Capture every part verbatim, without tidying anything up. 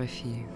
географии.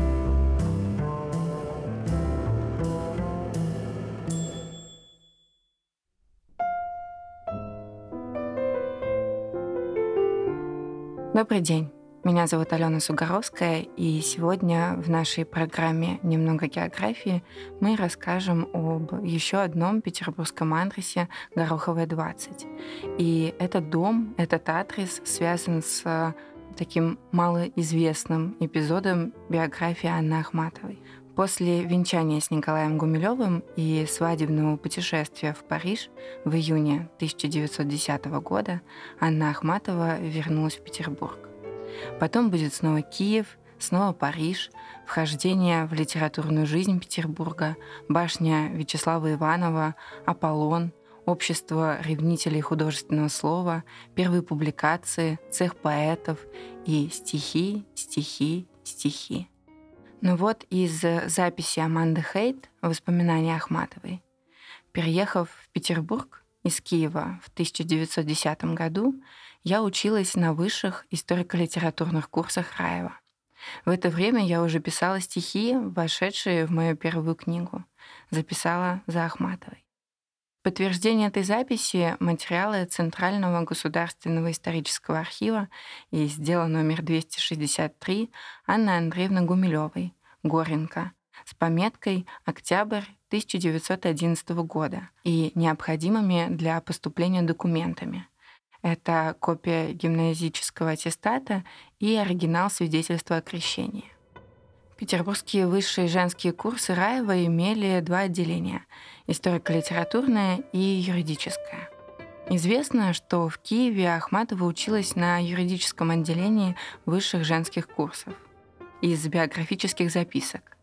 Добрый день. Меня зовут Алена Сугаровская, и сегодня в нашей программе «Немного географии» мы расскажем об еще одном петербургском адресе Гороховая, двадцать. И этот дом, этот адрес связан с таким малоизвестным эпизодом биографии Анны Ахматовой. После венчания с Николаем Гумилёвым и свадебного путешествия в Париж в июне тысяча девятьсот десятого года Анна Ахматова вернулась в Петербург. Потом будет снова Киев, снова Париж, вхождение в литературную жизнь Петербурга, башня Вячеслава Иванова, Аполлон, общество ревнителей художественного слова, первые публикации, цех поэтов и стихи, стихи, стихи. Но вот из записи Аманды Хейт «Воспоминания Ахматовой». Переехав в Петербург из Киева в тысяча девятьсот десятом году, я училась на высших историко-литературных курсах Раева. В это время я уже писала стихи, вошедшие в мою первую книгу. Записала за Ахматовой. В подтверждение этой записи материалы Центрального государственного исторического архива из дела номер двести шестьдесят три Анны Андреевны Гумилёвой, Горенко, с пометкой «Октябрь тысяча девятьсот одиннадцатого года» и необходимыми для поступления документами. Это копия гимназического аттестата и оригинал свидетельства о крещении. Петербургские высшие женские курсы Раева имели два отделения – историко-литературное и юридическое. Известно, что в Киеве Ахматова училась на юридическом отделении высших женских курсов. Из биографических записок.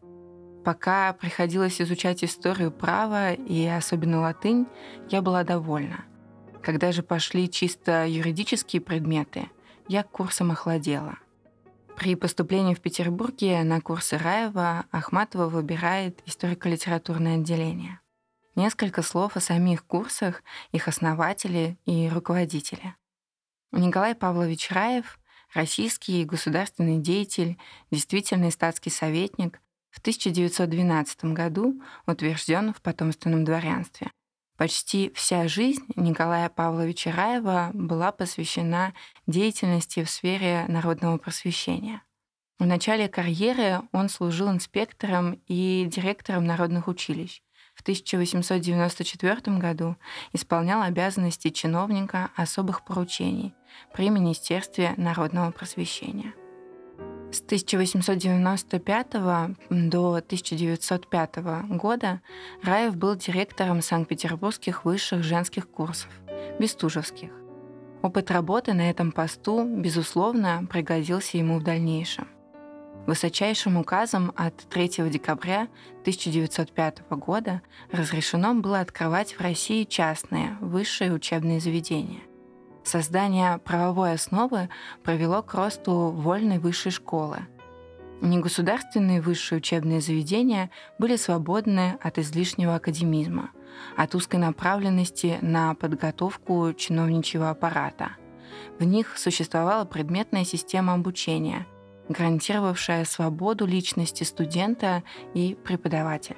Пока приходилось изучать историю права и особенно латынь, я была довольна. Когда же пошли чисто юридические предметы, я к курсам охладела. При поступлении в Петербурге на курсы Раева Ахматова выбирает историко-литературное отделение. Несколько слов о самих курсах, их основателе и руководителе. Николай Павлович Раев, российский государственный деятель, действительный статский советник, в тысяча девятьсот двенадцатом году утвержден в потомственном дворянстве. Почти вся жизнь Николая Павловича Раева была посвящена деятельности в сфере народного просвещения. В начале карьеры он служил инспектором и директором народных училищ. В тысяча восемьсот девяносто четвёртом году исполнял обязанности чиновника особых поручений при Министерстве народного просвещения. С тысяча восемьсот девяносто пятого до тысяча девятьсот пятого года Раев был директором Санкт-Петербургских высших женских курсов, бестужевских. Опыт работы на этом посту, безусловно, пригодился ему в дальнейшем. Высочайшим указом от третьего декабря тысяча девятьсот пятого года разрешено было открывать в России частные высшие учебные заведения. Создание правовой основы привело к росту вольной высшей школы. Негосударственные высшие учебные заведения были свободны от излишнего академизма, от узкой направленности на подготовку чиновничьего аппарата. В них существовала предметная система обучения, гарантировавшая свободу личности студента и преподавателя.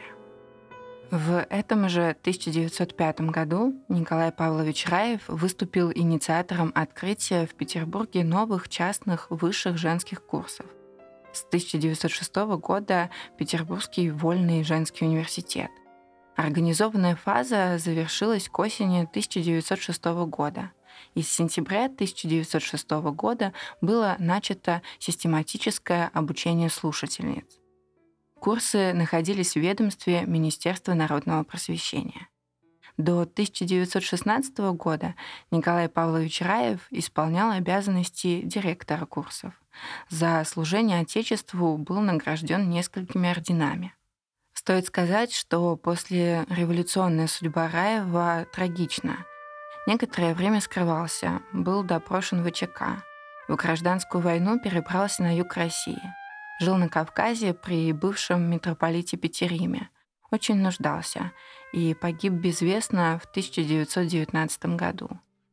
В этом же тысяча девятьсот пятом году Николай Павлович Раев выступил инициатором открытия в Петербурге новых частных высших женских курсов. С тысяча девятьсот шестого года Петербургский вольный женский университет. Организованная фаза завершилась к осени тысяча девятьсот шестого года. И с сентября тысяча девятьсот шестого года было начато систематическое обучение слушательниц. Курсы находились в ведомстве Министерства народного просвещения. До тысяча девятьсот шестнадцатого года Николай Павлович Раев исполнял обязанности директора курсов. За служение Отечеству был награжден несколькими орденами. Стоит сказать, что после революционная судьба Раева трагична. Некоторое время скрывался, был допрошен в ВЧК. В гражданскую войну перебрался на юг России. Жил на Кавказе при бывшем митрополите Петериме. Очень нуждался и погиб безвестно в тысяча девятьсот девятнадцатом году.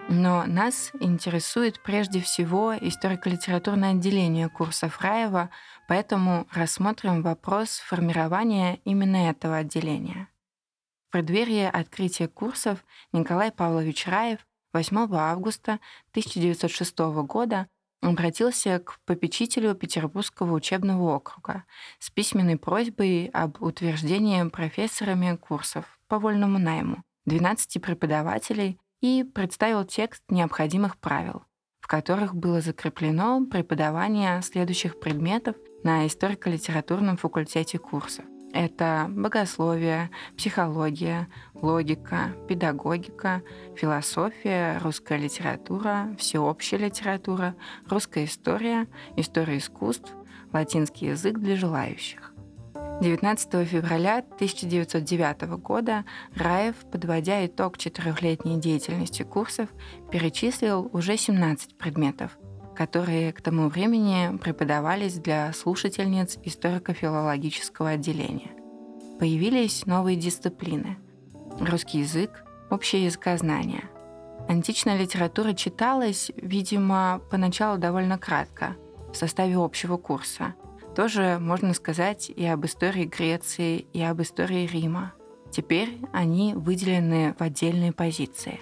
Но нас интересует прежде всего историко-литературное отделение курсов Раева, поэтому рассмотрим вопрос формирования именно этого отделения. В преддверии открытия курсов Николай Павлович Раев восьмого августа тысяча девятьсот шестого года обратился к попечителю Петербургского учебного округа с письменной просьбой об утверждении профессорами курсов по вольному найму двенадцати преподавателей и представил текст необходимых правил, в которых было закреплено преподавание следующих предметов на историко-литературном факультете курса. Это богословие, психология, логика, педагогика, философия, русская литература, всеобщая литература, русская история, история искусств, латинский язык для желающих. девятнадцатого февраля тысяча девятьсот девятого года Раев, подводя итог четырехлетней деятельности курсов, перечислил уже семнадцать предметов, которые к тому времени преподавались для слушательниц историко-филологического отделения. Появились новые дисциплины – русский язык, общее языкознание. Античная литература читалась, видимо, поначалу довольно кратко, в составе общего курса. Тоже можно сказать и об истории Греции, и об истории Рима. Теперь они выделены в отдельные позиции.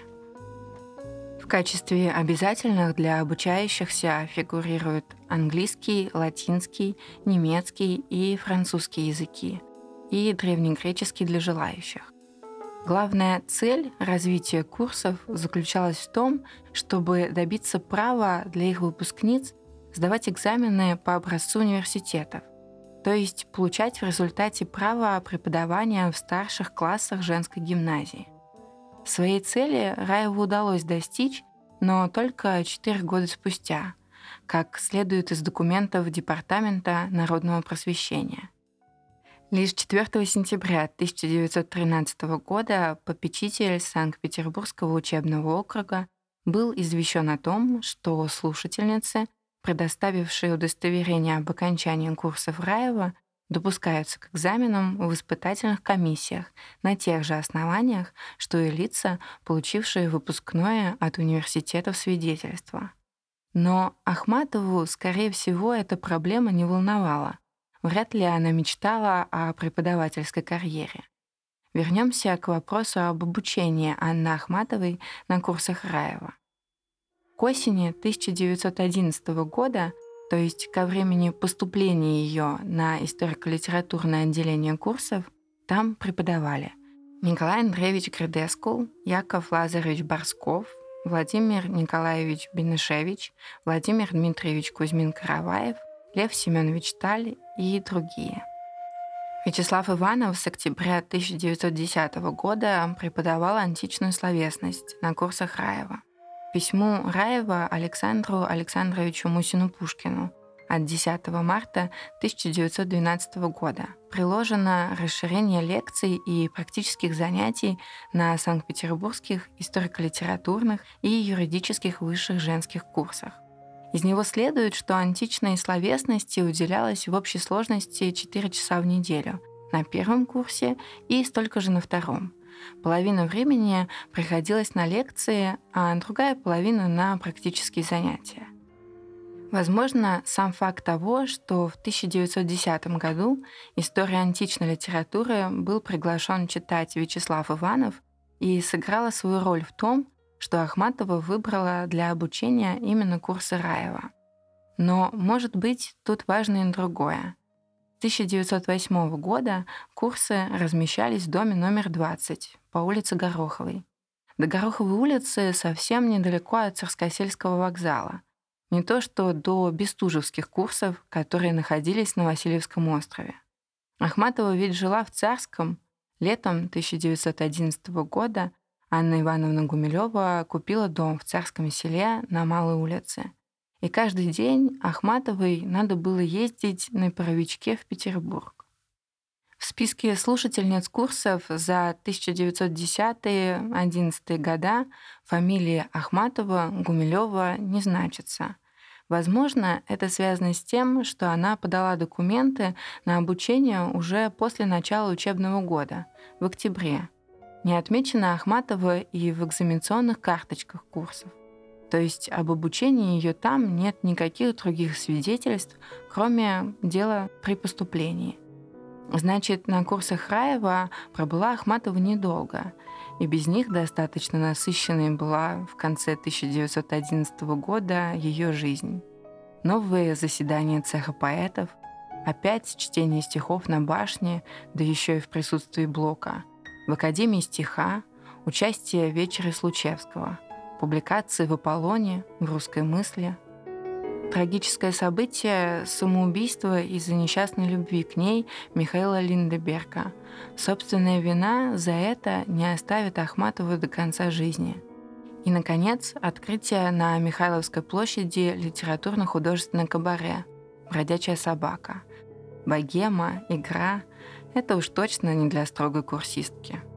В качестве обязательных для обучающихся фигурируют английский, латинский, немецкий и французский языки и древнегреческий для желающих. Главная цель развития курсов заключалась в том, чтобы добиться права для их выпускниц сдавать экзамены по образцу университетов, то есть получать в результате право преподавания в старших классах женской гимназии. Своей цели Раеву удалось достичь, но только четыре года спустя, как следует из документов Департамента народного просвещения. Лишь четвёртого сентября тысяча девятьсот тринадцатого года попечитель Санкт-Петербургского учебного округа был извещен о том, что слушательницы, предоставившие удостоверение об окончании курсов Раева, допускаются к экзаменам в испытательных комиссиях на тех же основаниях, что и лица, получившие выпускное от университетов свидетельство. Но Ахматову, скорее всего, эта проблема не волновала. Вряд ли она мечтала о преподавательской карьере. Вернемся к вопросу об обучении Анны Ахматовой на курсах Раева. К осени тысяча девятьсот одиннадцатого года, то есть ко времени поступления ее на историко-литературное отделение курсов, там преподавали Николай Андреевич Гридескул, Яков Лазаревич Борсков, Владимир Николаевич Бенешевич, Владимир Дмитриевич Кузьмин-Караваев, Лев Семенович Таль и другие. Вячеслав Иванов с октября тысяча девятьсот десятого года преподавал античную словесность на курсах Раева. Письму Раева Александру Александровичу Мусину-Пушкину от десятого марта тысяча девятьсот двенадцатого года приложено расширение лекций и практических занятий на санкт-петербургских историко-литературных и юридических высших женских курсах. Из него следует, что античной словесности уделялось в общей сложности четыре часа в неделю на первом курсе и столько же на втором. Половина времени приходилась на лекции, а другая половина на практические занятия. Возможно, сам факт того, что в тысяча девятьсот десятом году историю античной литературы был приглашен читать Вячеслав Иванов, и сыграла свою роль в том, что Ахматова выбрала для обучения именно курсы Раева. Но, может быть, тут важно и другое. С тысяча девятьсот восьмого года курсы размещались в доме номер двадцать по улице Гороховой. До Гороховой улицы совсем недалеко от Царскосельского вокзала. Не то что до бестужевских курсов, которые находились на Васильевском острове. Ахматова ведь жила в Царском. Летом тысяча девятьсот одиннадцатого года Анна Ивановна Гумилева купила дом в Царском селе на Малой улице. И каждый день Ахматовой надо было ездить на паровичке в Петербург. В списке слушательниц курсов за тысяча девятьсот десятый-одиннадцатый года фамилии Ахматова, Гумилева не значится. Возможно, это связано с тем, что она подала документы на обучение уже после начала учебного года, в октябре. Не отмечена Ахматова и в экзаменационных карточках курсов. То есть об обучении ее там нет никаких других свидетельств, кроме дела при поступлении. Значит, на курсах Раева пробыла Ахматова недолго, и без них достаточно насыщенной была в конце тысяча девятьсот одиннадцатого года ее жизнь. Новые заседания цеха поэтов, опять чтение стихов на башне, да еще и в присутствии Блока, в Академии стиха, участие в вечере Случевского, публикации в «Аполлоне», в «Русской мысли». Трагическое событие — самоубийство из-за несчастной любви к ней Михаила Линдеберга. Собственная вина за это не оставит Ахматову до конца жизни. И, наконец, открытие на Михайловской площади литературно-художественного кабаре «Бродячая собака». Богема, игра — это уж точно не для строгой курсистки.